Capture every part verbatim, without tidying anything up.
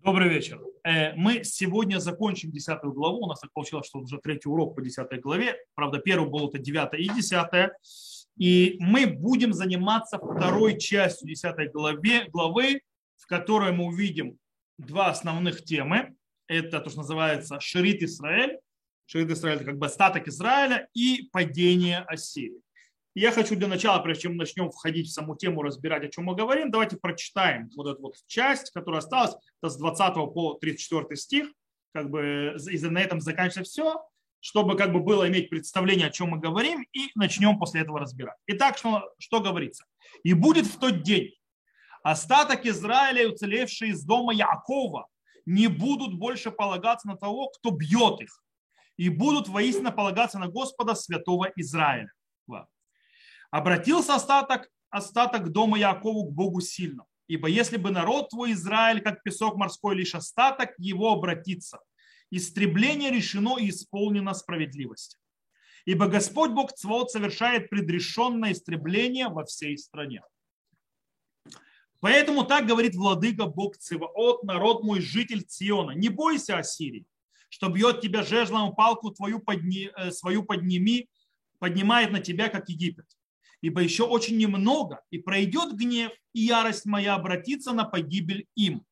Добрый вечер. Э, Мы сегодня закончим десятую главу. У нас так получилось, что уже третий урок по десятой главе. Правда, первый был это девятая и десятая. И мы будем заниматься второй частью десятой главе, главы, в которой мы увидим два основных темы. Это то, что называется Шерит Исраэль. Шерит Исраэль – это как бы остаток Израиля и падение Ассирии. Я хочу для начала, прежде чем мы начнем входить в саму тему, разбирать, о чем мы говорим, давайте прочитаем вот эту вот часть, которая осталась, это с двадцатого по тридцать четвёртый стих, как бы и на этом заканчивается все, чтобы как бы было иметь представление, о чем мы говорим, и начнем после этого разбирать. Итак, что, что говорится? «И будет в тот день остаток Израиля, уцелевшие из дома Яакова, не будут больше полагаться на того, кто бьет их, и будут воистину полагаться на Господа святого Израиля». Обратился остаток, остаток дома Яакову к Богу сильному. Ибо если бы народ твой Израиль, как песок морской, лишь остаток его обратится, истребление решено и исполнено справедливостью. Ибо Господь Бог Цваот совершает предрешенное истребление во всей стране. Поэтому так говорит владыка Бог Цваот, народ мой, житель Циона: не бойся Ассирии, что бьет тебя жезлом, палку твою подни, свою подними, поднимает на тебя, как Египет. Ибо еще очень немного, и пройдет гнев, и ярость моя обратится на погибель им.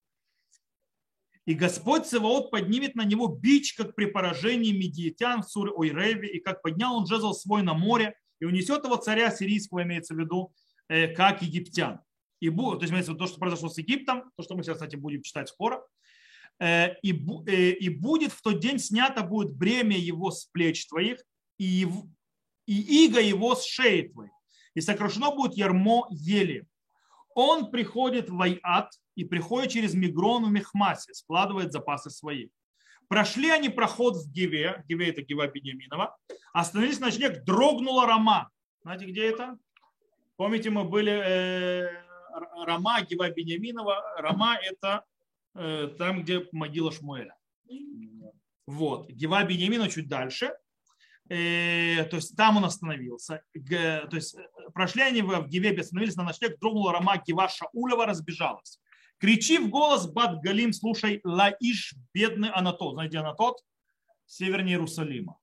И Господь Цеваот поднимет на него бич, как при поражении медиатян в Сур-Ойреве, и как поднял он жезл свой на море, и унесет его царя сирийского, имеется в виду, как египтян. И будет, то есть, имеется в виду то, что произошло с Египтом, то, что мы сейчас, кстати, будем читать скоро. И, и будет в тот день снято будет бремя его с плеч твоих, и и иго его с шеи твоей, и сокрушено будет ярмо ели. Он приходит в Айат и приходит через Мигрон в Мехмасе, складывает запасы свои. Прошли они проход в Гиве, Гиве это Гива Беньяминова, остановились на ночлег, дрогнула Рама. Знаете, где это? Помните, мы были э, Рама, Гива Беньяминова. Рама это э, там, где могила Шмуэля. Вот, Гива Беньяминова чуть дальше. То есть там он остановился. То есть прошли они в Гивебе, остановились на ночлег, дрогнула Рама, Гива Шаулева разбежалась. Кричи в голос, Бат Галим, слушай, Лаиш, бедный Анатот. Знаете, Анатот? Севернее Иерусалима.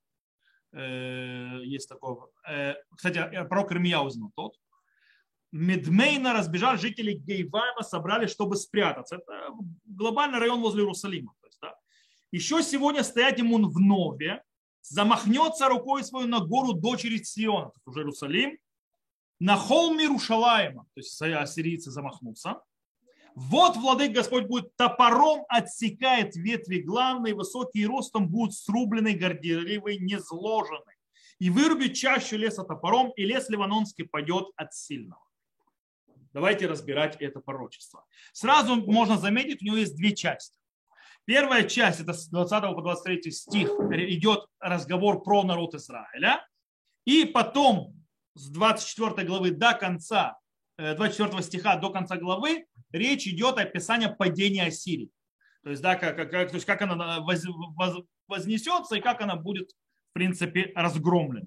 Есть такой. Кстати, пророк Ирмияу из Анатот. Медмейна разбежали жители Гейвайма, собрались, чтобы спрятаться. Это глобальный район возле Иерусалима. То есть, да. Еще сегодня стоять ему в Нове, замахнется рукой свою на гору дочери Сиона, то есть уже Иерусалим, на холм Иерушалаима, то есть ассирийцы замахнутся. Вот владык Господь будет топором отсекает ветви главные, высокие ростом будут срублены, горделивые, не сложены. И вырубит чащу леса топором, и лес ливанонский падет от сильного. Давайте разбирать это пророчество. Сразу можно заметить, у него есть две части. Первая часть, это с двадцатого по двадцать третий стих, идет разговор про народ Израиля. И потом с двадцать четвёртой главы до конца, двадцать четвёртого стиха до конца главы речь идет о описании падения Ассирии. То есть, да, как, как, то есть как она воз, воз, вознесется и как она будет, в принципе, разгромлена.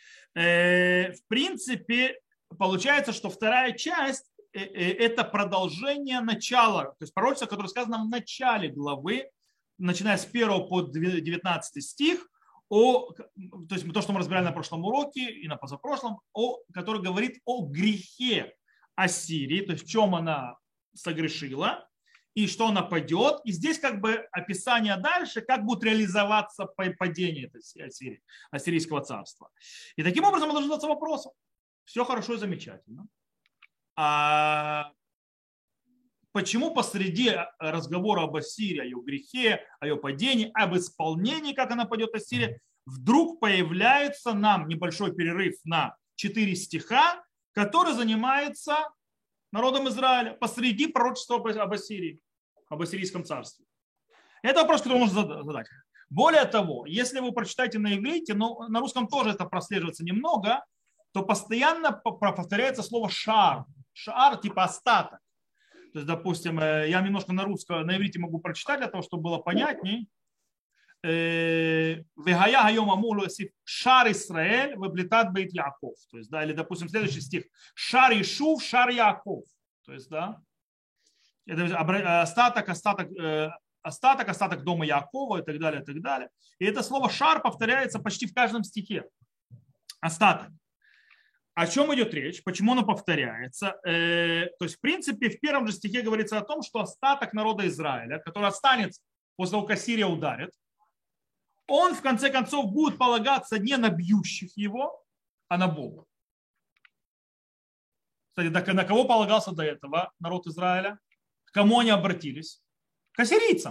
Э, в принципе, получается, что вторая часть это продолжение начала, то есть пророчество, которое сказано в начале главы, начиная с первого по девятнадцатый стих, о, то есть то, что мы разбирали на прошлом уроке и на позапрошлом, о, который говорит о грехе Ассирии, то есть в чем она согрешила и что она падет. И здесь как бы описание дальше, как будет реализоваться падение этой Ассирии, ассирийского царства. И таким образом мы должны задаться вопросом. Все хорошо и замечательно. А почему посреди разговора об Ассирии, о ее грехе, о ее падении, об исполнении, как она пойдет Ассирия, вдруг появляется нам небольшой перерыв на четыре стиха, который занимается народом Израиля посреди пророчества об Ассирии, об ассирийском царстве? Это вопрос, который можно задать. Более того, если вы прочитаете на иврите, но на русском тоже это прослеживается немного, то постоянно повторяется слово «шар». Шар типа остаток. То есть, допустим, я немножко на русском, на иврите могу прочитать для того, чтобы было понятней. Вегая хайом амулу шар Исраэль веблитат бейт Яаков. То есть, да, или, допустим, следующий стих. Шар Ишув, шар Яаков. То есть, да. Это остаток, остаток, остаток, остаток дома Якова и так далее, и так далее. И это слово шар повторяется почти в каждом стихе. Остаток. О чем идет речь? Почему оно повторяется? То есть, в принципе, в первом же стихе говорится о том, что остаток народа Израиля, который останется после того, как Сирия ударит, он в конце концов будет полагаться не на бьющих его, а на Бога. Кстати, на кого полагался до этого народ Израиля? К кому они обратились? К ассирийцам.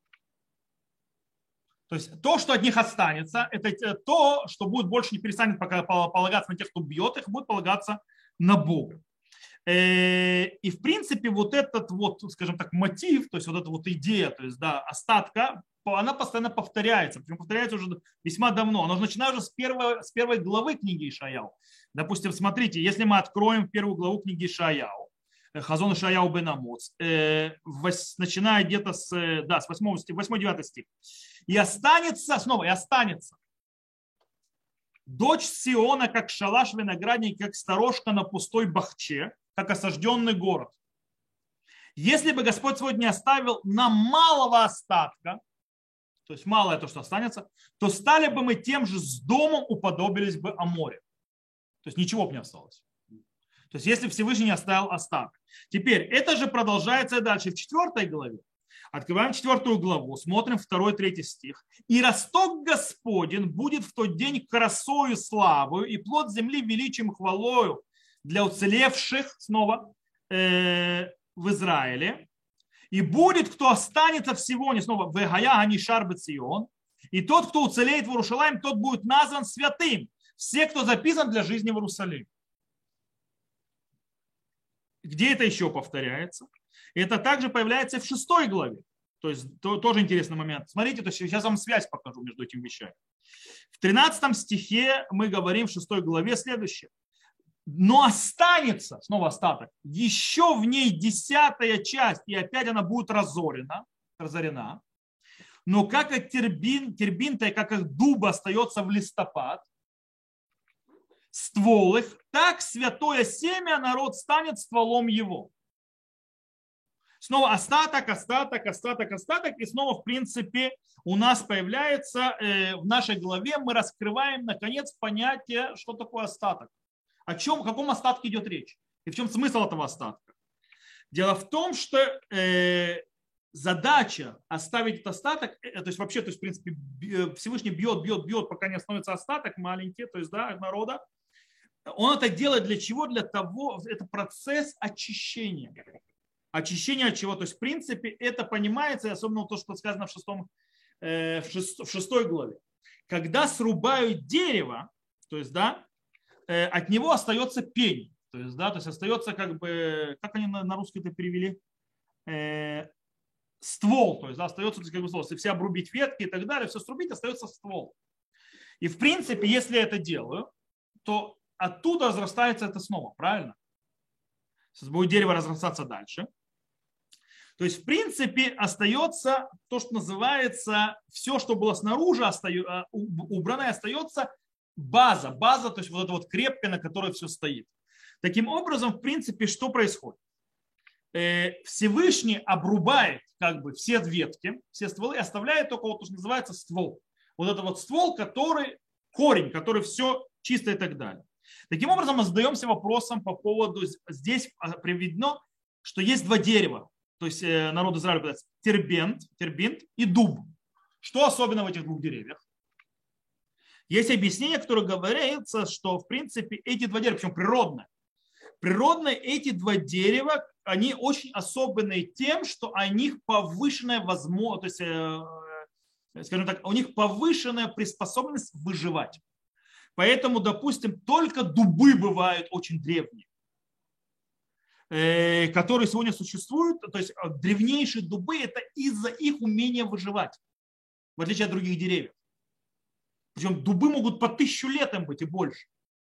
То есть то, что от них останется, это то, что будет больше не перестанет полагаться на тех, кто бьет их, будет полагаться на Бога. И в принципе вот этот вот, скажем так, мотив, то есть вот эта вот идея, то есть да, остатка, она постоянно повторяется, причем повторяется уже весьма давно. Она уже начинает уже с первой, с первой главы книги Ишаяу. Допустим, смотрите, если мы откроем первую главу книги Ишаяу, Хазон Ишаяу бен Амоц, начиная где-то с, да, с восьмого-девятого стих. И останется, снова, и останется дочь Сиона, как шалаш виноградник, как сторожка на пустой бахче, как осажденный город. Если бы Господь свой не оставил нам малого остатка, то есть малое то, что останется, то стали бы мы тем же с домом, уподобились бы о море. То есть ничего бы не осталось. То есть если Всевышний не оставил остаток. Теперь это же продолжается дальше в четвертой главе. Открываем четвертую главу, смотрим второй, третий стих. «И росток Господень будет в тот день красою, славою, и плод земли величием, хвалою для уцелевших снова э, в Израиле. И будет, кто останется всего, не снова, вегая ганишар бецион, и тот, кто уцелеет в Иерусалиме, тот будет назван святым. Все, кто записан для жизни в Иерусалиме». Где это еще повторяется? Это также появляется и в шестой главе. То есть то, тоже интересный момент. Смотрите, то есть сейчас вам связь покажу между этими вещами. В тринадцатом стихе мы говорим в шестой главе следующее. Но останется, снова остаток, еще в ней десятая часть, и опять она будет разорена, разорена. Но как от тербин, тербинта и как от дуба остается в листопад, ствол их, так святое семя народ станет стволом его. Снова остаток, остаток, остаток, остаток. И снова, в принципе, у нас появляется э, в нашей главе, мы раскрываем, наконец, понятие, что такое остаток. О чем, о каком остатке идет речь. И в чем смысл этого остатка. Дело в том, что э, задача оставить этот остаток, э, то есть вообще, то есть, в принципе, Всевышний бьет, бьет, бьет, пока не остановится остаток маленький, то есть, да, народа. Он это делает для чего? Для того, это процесс очищения. Очищение от чего? То есть, в принципе, это понимается, особенно то, что сказано в, шестом, э, в, шест, в шестой главе. Когда срубают дерево, то есть, да, э, от него остается пень. То есть, да, то есть остается как бы, как они на, на русский это перевели? Э, ствол, то есть, да, остается как бы ствол. Если все обрубить ветки и так далее, все срубить, остается ствол. И, в принципе, если я это делаю, то оттуда разрастается это снова, правильно? Сейчас будет дерево разрастаться дальше. То есть, в принципе, остается то, что называется, все, что было снаружи, убранное, остается база. База, то есть вот эта вот крепкая, на которой все стоит. Таким образом, в принципе, что происходит? Всевышний обрубает как бы все ветки, все стволы, оставляет только вот то, что называется ствол. Вот это вот ствол, который, корень, который все чисто и так далее. Таким образом, мы задаемся вопросом по поводу, здесь приведено, что есть два дерева. То есть народ Израиля говорит тербент, тербинт и дуб. Что особенно в этих двух деревьях? Есть объяснение, которое говорится, что в принципе эти два дерева, причем природные, природные эти два дерева, они очень особенные тем, что у них повышенная возможность, то есть, скажем так, у них повышенная приспособленность выживать. Поэтому, допустим, только дубы бывают очень древние, которые сегодня существуют. То есть древнейшие дубы – это из-за их умения выживать, в отличие от других деревьев. Причем дубы могут по тысячу лет им быть и больше.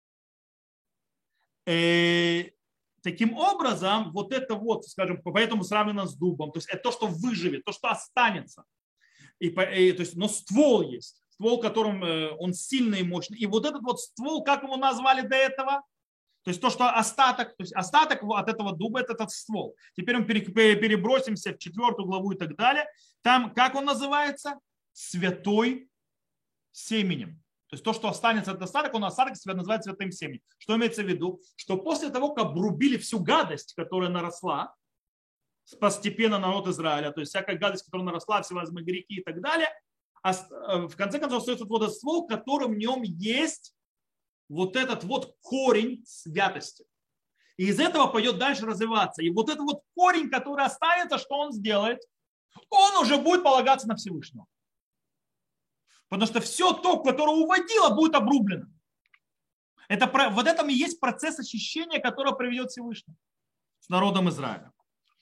Таким образом, вот это вот, скажем, поэтому сравнено с дубом. То есть это то, что выживет, то, что останется. И, и, то есть, но ствол есть. Ствол, которым он сильный и мощный. И вот этот вот ствол, как его назвали до этого? То есть то, что остаток, то есть остаток от этого дуба – это этот ствол. Теперь мы перебросимся в четвертую главу и так далее. Там, как он называется? Святой семенем. То есть то, что останется от остаток, он остаток себя называет святым семенем. Что имеется в виду? Что после того, как обрубили всю гадость, которая наросла, постепенно народ Израиля, то есть всякая гадость, которая наросла, всевозможные грехи и так далее, в конце концов остается вот этот ствол, в котором в нем есть вот этот вот корень святости. И из этого пойдет дальше развиваться. И вот этот вот корень, который останется, что он сделает? Он уже будет полагаться на Всевышнего. Потому что все то, которое уводило, будет обрублено. Это, вот этом и есть процесс очищения, который приведет Всевышний с народом Израиля.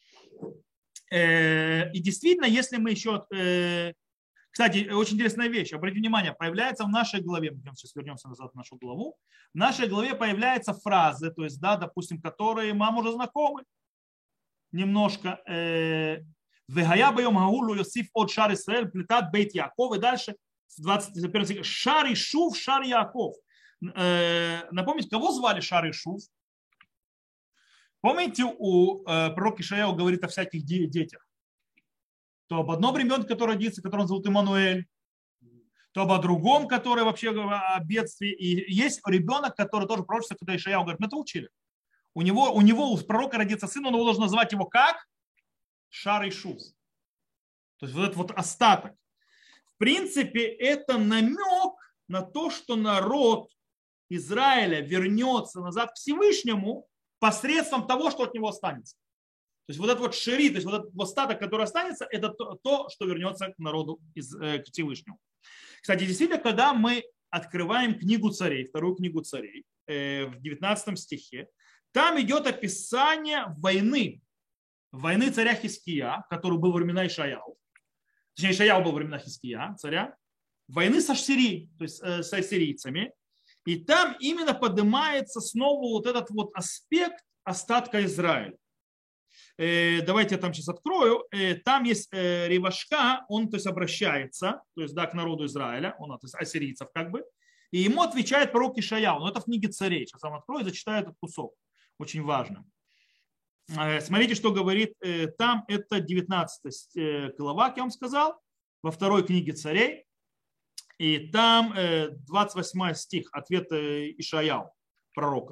И действительно, если мы еще... Кстати, очень интересная вещь. Обратите внимание, появляется в нашей главе, мы сейчас вернемся назад в нашу главу, в нашей главе появляются фразы, то есть, да, допустим, которые нам уже знакомы немножко. «Вегая боем гаулу Йосиф от шар Исраэль, плетат бейт Яков». И дальше, двадцать первый стих, «Шар Ишув, шар Яков». Напомните, кого звали Шар Ишув? Помните, у пророка Ишаяу говорит о всяких детях? То об одном ребенке, который родится, которого зовут Иммануэль, то об другом, который вообще о бедствии. И есть ребенок, который тоже пророчится, когда Ишаяу говорит, мы это учили. У него, у него, у пророка родится сын, он его должен назвать его как? Шар Ишув. То есть вот этот вот остаток. В принципе, это намек на то, что народ Израиля вернется назад к Всевышнему посредством того, что от него останется. То есть вот этот вот шири, то есть вот этот остаток, который останется, это то, то что вернется к народу, из, э, к Всевышнему. Кстати, действительно, когда мы открываем книгу царей, вторую книгу царей, э, в девятнадцатом стихе, там идет описание войны, войны царя Хиския, который был во времена Ишаяу. Точнее, Ишаяу был во времена Хиския, царя. Войны с Ассирией, то есть э, с ассирийцами. И там именно поднимается снова вот этот вот аспект остатка Израиля. Давайте я там сейчас открою. Там есть Ревашка, он то есть, обращается то есть, да, к народу Израиля, он от ассирийцев как бы, и ему отвечает пророк Ишаяу. Но это в книге царей. Сейчас я вам открою и зачитаю этот кусок. Очень важно. Смотрите, что говорит там. Это девятнадцатая глава, как я вам сказал, во второй книге царей. И там двадцать восьмой стих, ответ Ишаяу, пророка.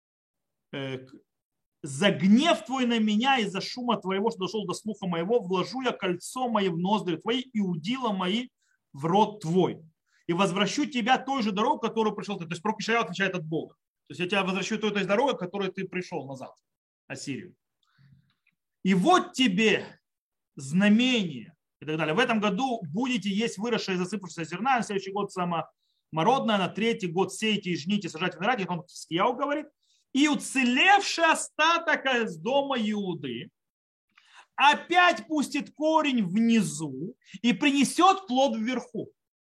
«За гнев твой на меня и за шума твоего, что дошел до слуха моего, вложу я кольцо мое в ноздри твои и удила мои в рот твой. И возвращу тебя той же дорогой, которую пришел ты». То есть пророк Ишаяу отвечает от Бога. То есть я тебя возвращу той, той дорогой, которой ты пришел назад, Ассирию. «И вот тебе знамение». И так далее. «В этом году будете есть выросшее и засыпавшееся зерна, на следующий год самомородное, на третий год сеете и жните, сажайте виноград». Это он Хискияу говорит. «И уцелевший остаток из дома Иуды опять пустит корень внизу и принесет плод вверху.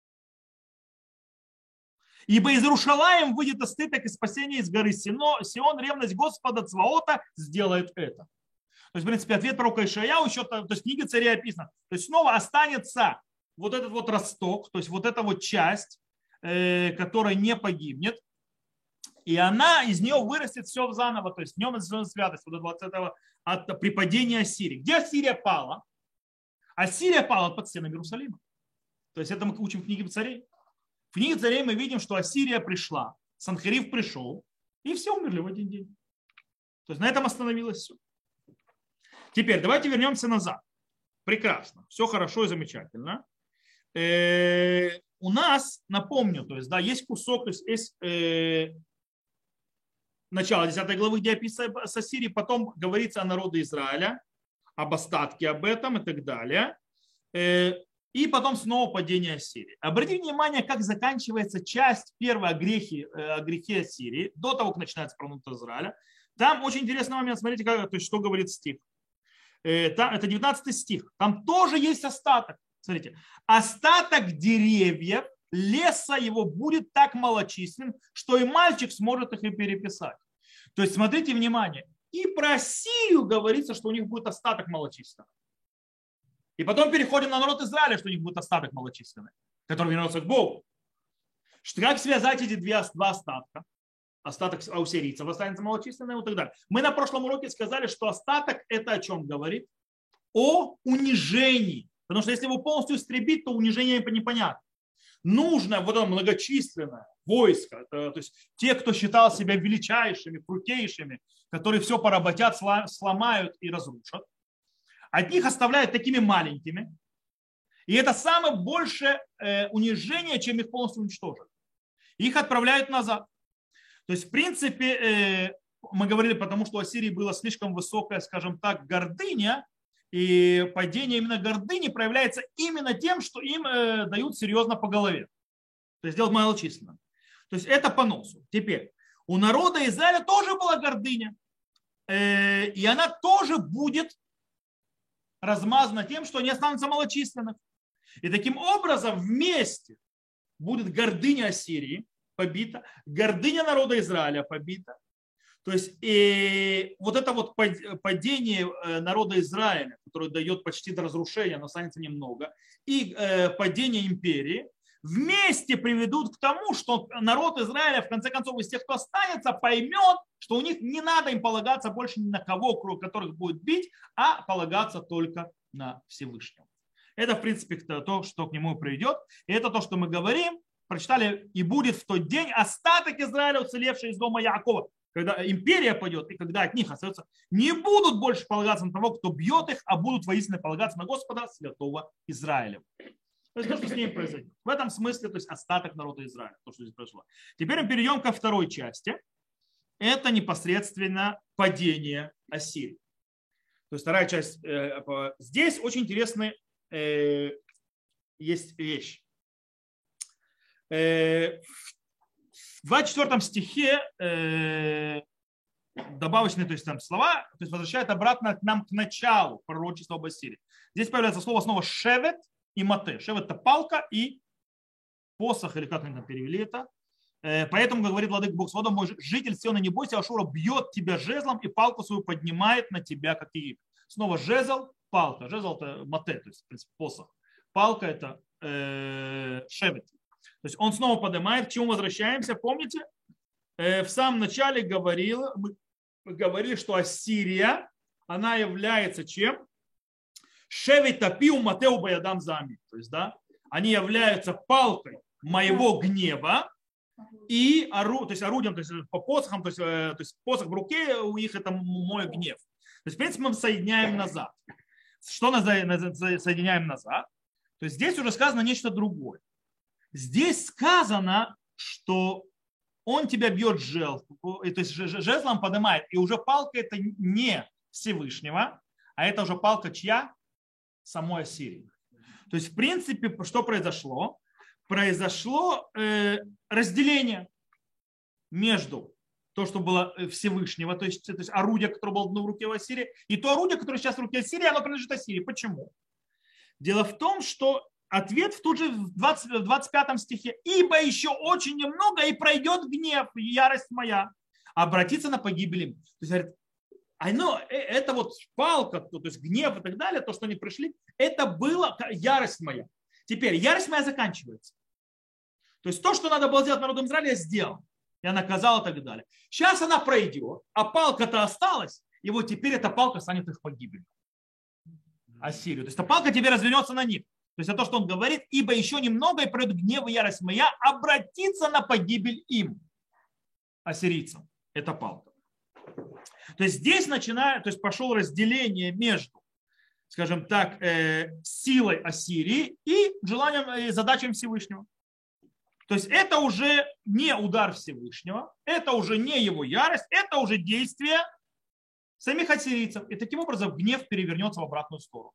Ибо из Иерушалаим выйдет остаток и спасение из горы Сион, ревность Господа Цваота сделает это». То есть, в принципе, ответ пророка Ишаяу еще, то есть в книге царей описано. То есть снова останется вот этот вот росток, то есть вот эта вот часть, которая не погибнет. И она, из нее вырастет все заново, то есть в нем святость вот от этого, от припадения Ассирии. Где Ассирия пала? Ассирия пала под стенами Иерусалима. То есть это мы учим в книге царей. В книге царей мы видим, что Ассирия пришла, Санхерив пришел, и все умерли в один день. То есть на этом остановилось все. Теперь давайте вернемся назад. Прекрасно, все хорошо и замечательно. Э-э- у нас, напомню, то есть, да, есть кусок, то есть есть э- начало десятой главы, где описывается с Ассирией, потом говорится о народе Израиля, об остатке об этом и так далее. Э- и потом снова падение Ассирии. Обратите внимание, как заканчивается часть первой о грехе, о грехе Ассирии, до того, как начинается про народ Израиля. Там очень интересный момент, смотрите, как, то есть, что говорит стих. Это девятнадцатый стих. Там тоже есть остаток. Смотрите. «Остаток деревьев, леса его будет так малочислен, что и мальчик сможет их и переписать». То есть, смотрите, внимание. И про Сирию говорится, что у них будет остаток малочисленный. И потом переходим на народ Израиля, что у них будет остаток малочисленный, который вернется к Богу. Как связать эти два остатка? остаток а у сирийцев останется малочисленным и так далее. Мы на прошлом уроке сказали, что остаток это о чем говорит? О унижении. Потому что если его полностью истребить, то унижение непонятно. Нужно вот это многочисленное войско, это, то есть те, кто считал себя величайшими, крутейшими, которые все поработят, сломают и разрушат, от них оставляют такими маленькими. И это самое большее э, унижение, чем их полностью уничтожат. Их отправляют назад. То есть, в принципе, э, мы говорили, потому что у Ассирии была слишком высокая, скажем так, гордыня, и падение именно гордыни проявляется именно тем, что им э, дают серьезно по голове. То есть делать малочисленно. То есть это по носу. Теперь, у народа Израиля тоже была гордыня. Э, и она тоже будет размазана тем, что они останутся малочисленными. И таким образом вместе будет гордыня Ассирии побита, гордыня народа Израиля побита. То есть и вот это вот падение народа Израиля, которое дает почти до разрушения, но останется немного, и падение империи вместе приведут к тому, что народ Израиля, в конце концов, из тех, кто останется, поймет, что у них не надо им полагаться больше ни на кого, кроме которых будет бить, а полагаться только на Всевышнего. Это, в принципе, то, что к нему приведет. И это то, что мы говорим, прочитали, и будет в тот день остаток Израиля, уцелевший из дома Яакова. Когда империя пойдет, и когда от них остается, не будут больше полагаться на того, кто бьет их, а будут воистину полагаться на Господа, святого Израиля. То есть то, что с ними произойдет. В этом смысле, то есть остаток народа Израиля, то, что здесь произошло. Теперь мы перейдем ко второй части. Это непосредственно падение Ассирии. То есть вторая часть. Здесь очень интересная есть вещь. В двадцать четвёртом стихе э, добавочные, то есть, там, слова, то есть возвращают обратно к нам к началу пророчества об Ассирии. Здесь появляется слово снова шевет и мате. Шевет – это палка и посох, или как они там перевели это. Э, поэтому, говорит владыка Бог сводом, мой житель Сиона, не бойся, Ашура бьет тебя жезлом и палку свою поднимает на тебя, как Египет. Снова жезл, палка. Жезл – это мате, то есть, в принципе, посох. Палка – это э, шевет. То есть он снова поднимает, к чему возвращаемся. Помните, в самом начале говорил, мы говорили, что Ассирия, она является чем? Шевитапиу матеу баядам зами. То есть, да, они являются палкой моего гнева и ору, то есть орудием, то есть по посохам, то есть, то есть посох в руке у них это мой гнев. То есть, в принципе, мы соединяем назад. Что соединяем назад? То есть здесь уже сказано нечто другое. Здесь сказано, что он тебя бьет жезл, то есть жезлом поднимает, и уже палка это не Всевышнего, а это уже палка чья? Самой Ассирии. То есть, в принципе, что произошло? Произошло э, разделение между то, что было Всевышнего, то есть, то есть орудие, которое было в руке в Ассирии, и то орудие, которое сейчас в руке Ассирии, оно принадлежит Ассирии. Почему? Дело в том, что ответ тут же в двадцать пятом стихе. «Ибо еще очень немного, и пройдет гнев, ярость моя, обратиться на погибель им». То есть, говорит, оно, это вот палка, то есть гнев и так далее, то, что они пришли, это была ярость моя. Теперь ярость моя заканчивается. То есть то, что надо было сделать народу Израиля, я сделал. Я наказал и так далее. Сейчас она пройдет, а палка-то осталась, и вот теперь эта палка станет их погибелью. Ассирию. То есть эта палка теперь развернется на них. То есть это то, что он говорит, ибо еще немного и пройдет гнев и ярость моя, обратиться на погибель им, ассирийцам. Это палка. То есть здесь начинает, то есть пошло разделение между, скажем так, э, силой Ассирии и желанием и задачами Всевышнего. То есть это уже не удар Всевышнего, это уже не его ярость, это уже действие самих ассирийцев. И таким образом гнев перевернется в обратную сторону.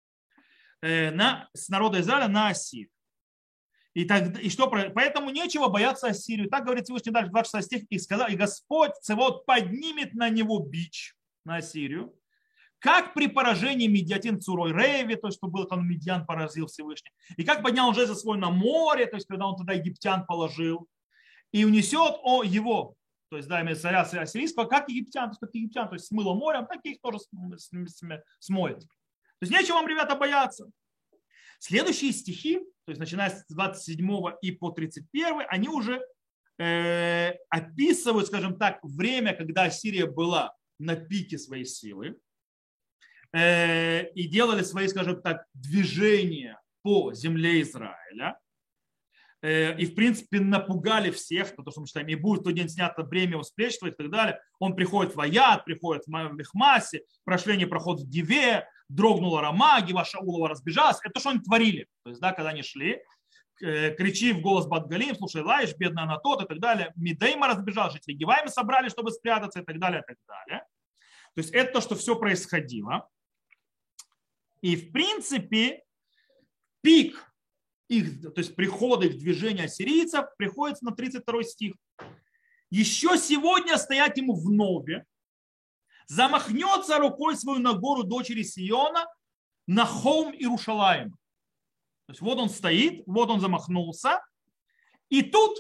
На, с народа Израиля на Ассирию. И, так, и что, поэтому нечего бояться Ассирию. Так говорит Всевышний дальше, двадцать шестой стих, и сказал, и Господь Цевот поднимет на него бич, на Ассирию, как при поражении Медиатин Цурой Реве, то есть, что было, там Медиан поразил Всевышний, и как поднял он жезл свой на море, то есть, когда он туда египтян положил, и унесет о его, то есть, да, имеет царя ассирийского, как египтян, то есть, как египтян, то есть, смыло морем, так и их тоже смоет. То есть нечего вам, ребята, бояться. Следующие стихи, то есть начиная с двадцать седьмого и по тридцать первый, они уже э, описывают, скажем так, время, когда Ассирия была на пике своей силы э, и делали свои, скажем так, движения по земле Израиля. И, в принципе, напугали всех, потому что мы считаем, и будет в тот день снято бремя его с плеч и так далее. Он приходит в Аяд, приходит в Мехмасе, прошление проходит в Диве, дрогнула Рама, Гива Шаулова разбежалась. Это то, что они творили. То есть, да, когда они шли, кричи в голос Бат-Галим, слушай, Лаиш, бедная Анатот и так далее. Мидейма разбежал, жители Гивайма собрали, чтобы спрятаться и так далее, и так далее. То есть, это то, что все происходило. И, в принципе, пик их, то есть приходы их движения ассирийцев приходится на тридцать второй стих. Еще сегодня стоять ему в Нове, замахнется рукой свою на гору дочери Сиона, на холм Иерушалаима. То есть вот он стоит, вот он замахнулся, и тут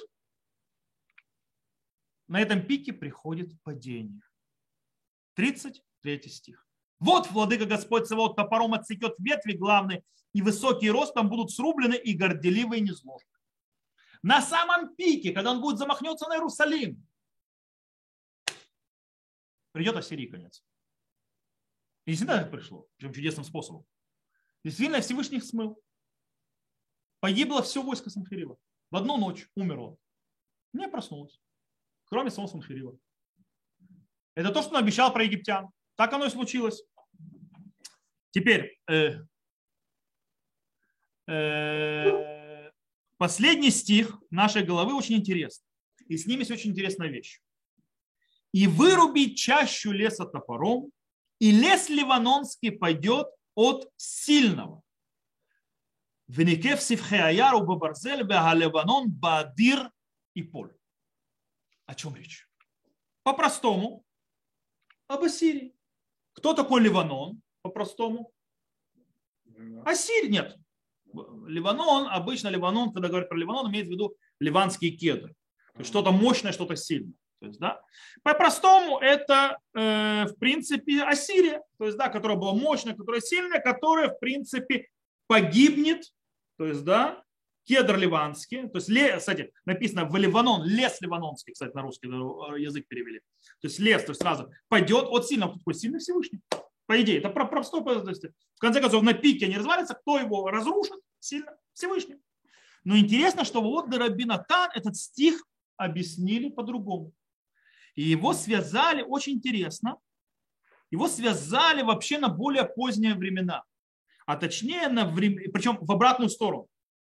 на этом пике приходит падение. тридцать третий стих. Вот владыка Господь Саваот топором отсекет ветви главные, и высокие ростом будут срублены, и горделивые не зложены. На самом пике, когда он будет замахнется на Иерусалим, придет Ассирии конец. И действительно это пришло, причем чудесным способом. Действительно Всевышний их смыл. Погибло все войско Санхерива. В одну ночь умерло. Не проснулось. Кроме самого Санхерива. Это то, что он обещал про египтян. Так оно и случилось. Теперь э, э, последний стих нашей главы очень интересный. И с ним есть очень интересная вещь. И вырубить чащу леса топором, и лес ливанонский пойдет от сильного. Веникев сивхеаяру бабарзель бегаливанон баадир и поль. О чем речь? По-простому об Ассирии. Кто такой Ливанон, по-простому? Ассирия, нет. Ливанон, обычно Ливанон, когда говорят про Ливанон, имеет в виду ливанские кедры. То есть что-то мощное, что-то сильное. То есть, да, по-простому это, э, в принципе, Ассирия, то есть, да, которая была мощная, которая сильная, которая, в принципе, погибнет. То есть, да, кедр ливанский, то есть, кстати, написано в Ливанон, лес ливанонский, кстати, на русский язык перевели. То есть лес, то есть сразу пойдет от сильного. Кто такой сильный? Всевышний. По идее, это простой. В конце концов, на пике не развалится, кто его разрушит сильно? Всевышний. Но интересно, что вот Раби Натан этот стих объяснили по-другому. И его связали, очень интересно, его связали вообще на более поздние времена. А точнее, на время, причем в обратную сторону.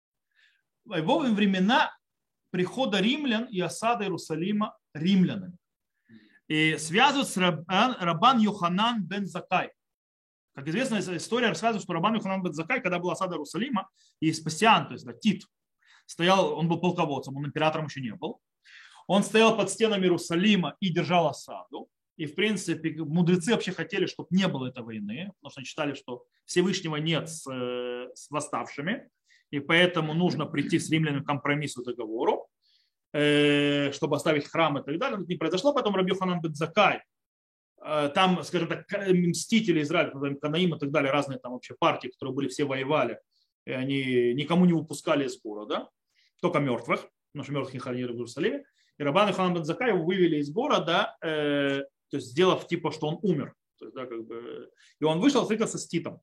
В его времена прихода римлян и осады Иерусалима римлянами. И связывают с Рабан, Рабан Йоханан бен Закай. Как известно, история рассказывает, что Рабан Йоханан бен Закай, когда была осада Иерусалима, и Спасиан, то есть да, Тит, стоял, он был полководцем, он императором еще не был. Он стоял под стенами Иерусалима и держал осаду. И, в принципе, мудрецы вообще хотели, чтобы не было этой войны, потому что они считали, что Всевышнего нет с, с восставшими, и поэтому нужно прийти с римлянами к компромиссу, договору, чтобы оставить храм и так далее. Но это не произошло. Потом Раби Йоханан бен Закай, там, скажем так, мстители Израиля, Канаим и так далее, разные там вообще партии, которые были, все воевали, и они никому не выпускали из города, только мертвых, потому что мертвых не хоронили в Иерусалиме. И Рабан Йоханан бен Закай его вывели из города, э, то есть сделав типа, что он умер. То есть, да, как бы, и он вышел, встретился с Титом.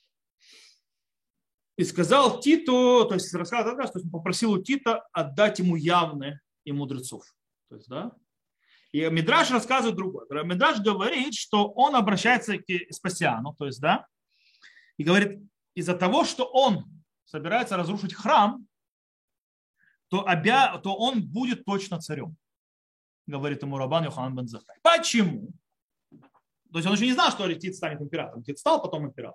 И сказал Титу, то есть рассказывает, что он попросил у Тита отдать ему явные и мудрецов. То есть, да? И Мидраш рассказывает другое. Мидраш говорит, что он обращается к Спасиану, то есть, да, и говорит, из-за того, что он собирается разрушить храм, то, обя... то он будет точно царем, говорит ему Рабан Йоханан бен Закай. Почему? То есть он еще не знал, что Тит станет императором. Тит стал потом императором.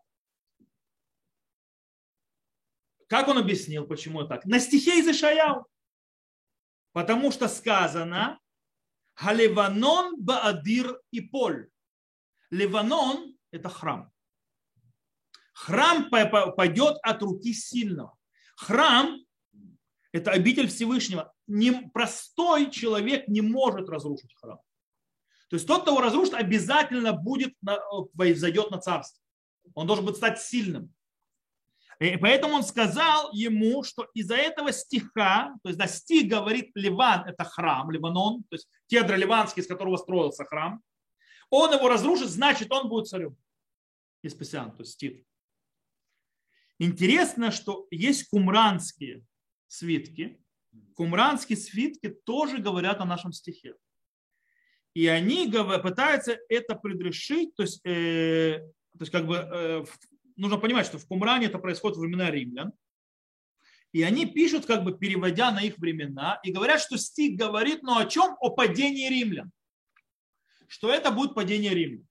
Как он объяснил, почему так? На стихе из Ишаяу. Потому что сказано «Халиванон баадир и поль». Ливанон – это храм. Храм пойдет от руки сильного. Храм – это обитель Всевышнего. Не, простой человек не может разрушить храм. То есть тот, кто его разрушит, обязательно будет, взойдет на царство. Он должен быть стать сильным. И поэтому он сказал ему, что из-за этого стиха, то есть да, стих говорит Ливан, это храм, Ливанон, то есть кедр ливанский, из которого строился храм, он его разрушит, значит, он будет царем. Еспесиан, то есть стих. Интересно, что есть кумранские свитки. Кумранские свитки тоже говорят о нашем стихе. И они пытаются это предрешить, то есть, э, то есть как бы э, нужно понимать, что в Кумране это происходит в времена римлян. И они пишут, как бы переводя на их времена, и говорят, что стих говорит, ну о чем? О падении римлян. Что это будет падение римлян.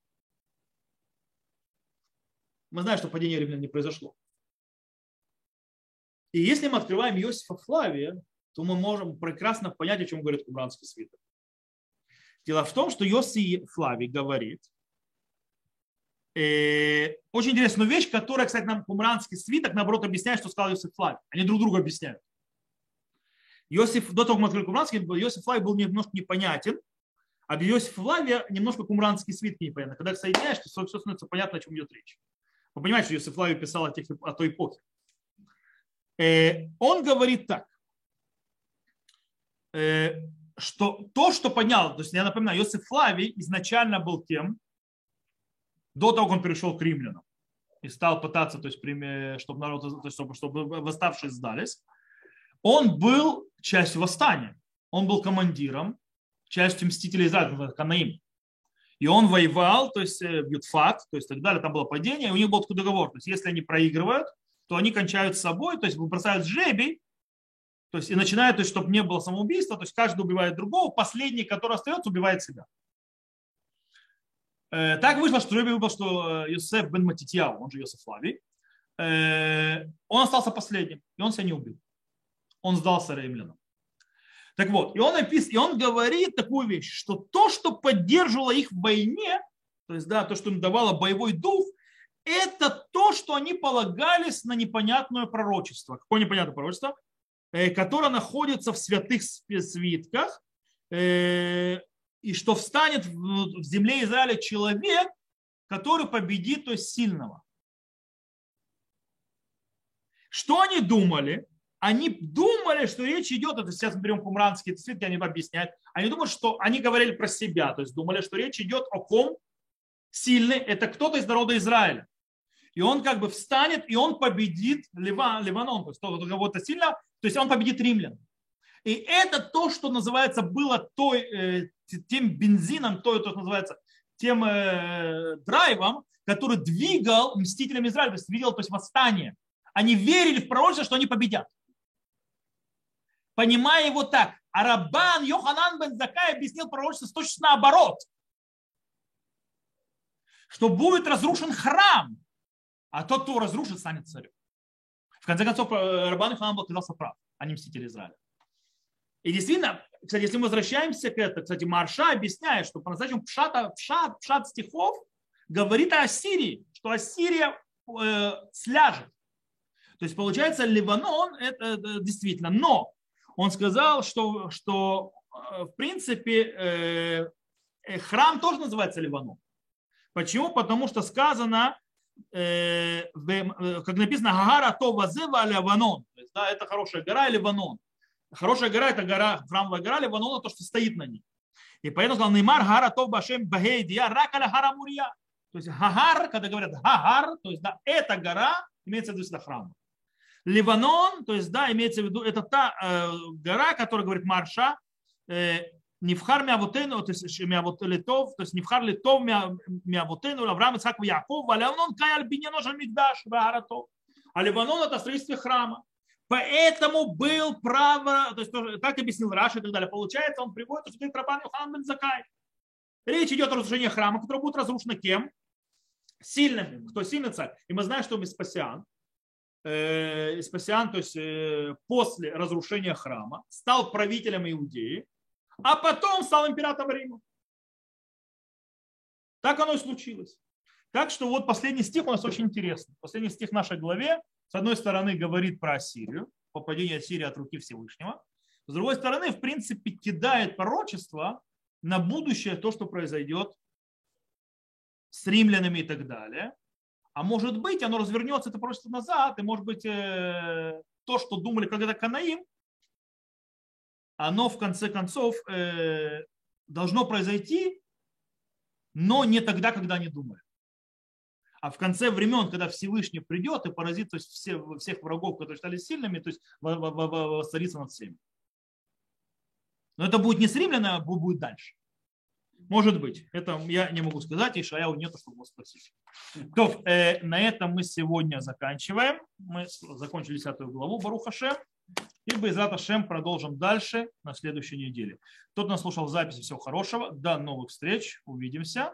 Мы знаем, что падение римлян не произошло. И если мы открываем Иосифа Флавия, то мы можем прекрасно понять, о чем говорит кумранский свиток. Дело в том, что Иосиф Флавий говорит, э, очень интересную вещь, которая, кстати, нам кумранский свиток, наоборот, объясняет, что сказал Иосиф Флавий. Они друг другу объясняют. Иосиф, до того, как мы открыли кумранский, Иосиф Флавий был немножко непонятен, а для Иосифа Флавия немножко кумранские свитки непонятны. Когда их соединяешь, то все становится понятно, о чем идет речь. Вы понимаете, что Иосиф Флавий писал о, тех, о той эпохе. Э, он говорит так, э, что то, что поднял, то есть я напоминаю, Иосиф Флавий изначально был тем, до того, как он перешел к римлянам и стал пытаться, то есть, чтобы, народ, то есть, чтобы, чтобы восставшие сдались, он был частью восстания, он был командиром, частью мстителей Израиля, Канаим. И он воевал, то есть Ютфат, то есть так далее, там было падение, и у них был такой договор, то есть если они проигрывают, то они кончают с собой, то есть бросают жребий, то есть и начинают, то есть, чтобы не было самоубийства, то есть каждый убивает другого, последний, который остается, убивает себя. Так вышло, что жребий выпал, что Йосеф бен Матитьяу, он же Йосеф Флавий, он остался последним, и он себя не убил. Он сдался римлянам. Так вот, и он, опис... и он говорит такую вещь, что то, что поддерживало их в войне, то есть да, то, что им давало боевой дух, это то, что они полагались на непонятное пророчество. Какое непонятное пророчество? Которое находится в святых свитках, и что встанет в земле Израиля человек, который победит, то есть сильного. Что они думали? Они думали, что речь идет, это сейчас мы берем кумранские свитки, они объясняют, они думают, что они говорили про себя, то есть думали, что речь идет о ком сильный, это кто-то из народа Израиля. И он как бы встанет, и он победит Ливан, Ливанон, то есть кого-то сильно, то есть он победит римлян. И это то, что называется, было той, тем бензином, то, что называется, тем э, драйвом, который двигал мстителям Израиля, то есть двигал, то есть восстание. Они верили в пророчество, что они победят. Понимая его так, а Раббан Йоханан бен Заккай объяснил пророчество точно наоборот, что будет разрушен храм, а тот, кто разрушит, станет царем. В конце концов, Раббан Йоханан был оказался прав, а не мститель Израиля. И действительно, кстати, если мы возвращаемся к этому, кстати, Марша объясняет, что по-настоящему пшат, пшат, пшат стихов говорит о Ассирии, что Ассирия э, сляжет. То есть получается Ливанон, это, это действительно, но он сказал, что, что в принципе э, храм тоже называется Ливанон. Почему? Потому что сказано, э, как написано, Гагара то вазева Ливанон. То есть, да, это хорошая гора Ливанон. Хорошая гора – это гора, храмовая гора Ливанона, то, что стоит на ней. И поэтому сказал, Неймар Гара то башем багейдия ракаля гара мурия. То есть Гагар, когда говорят Гагар, то есть да, эта гора имеется в виду сюда храм. Ливанон, то есть да, имеется в виду, это та э, гора, которая говорит Марша, э, Нивхар миавотену, то есть миавотелитов, то есть Нивхар литов миавотену, Авраам, Ицхак, Яков, а Ливанон каяль биньяно шаль микдаш, Вагаратов. А Ливанон это строительство храма. Поэтому был право, то есть так объяснил Раши и так далее. Получается, он приводит, что говорит Раббан Йоханан бен Заккай. Речь идет о разрушении храма, который будет разрушен кем? Сильным. Кто сильный царь? И мы знаем, что Веспасиан, э, Веспасиан, то есть э, после разрушения храма, стал правителем Иудеи, а потом стал императором Рима. Так оно и случилось. Так что вот последний стих у нас очень интересный. Последний стих в нашей главе, с одной стороны, говорит про Ассирию, попадение Ассирии от руки Всевышнего. С другой стороны, в принципе, кидает пророчество на будущее, то, что произойдет с римлянами и так далее. А может быть, оно развернется, это просто назад, и может быть то, что думали когда-то Канаим, оно в конце концов должно произойти, но не тогда, когда они думали. А в конце времен, когда Всевышний придет и поразит то есть, все, всех врагов, которые стали сильными, то есть воцарится над всеми. Но это будет не с римлян, а будет дальше. Может быть. Это я не могу сказать, и Ишаяу нету, чтобы его спросить. То, э, на этом мы сегодня заканчиваем. Мы закончили десятую главу Барух Ашем. И Бейзрат Ашем продолжим дальше на следующей неделе. Тот, кто нас слушал в записи, всего хорошего. До новых встреч. Увидимся.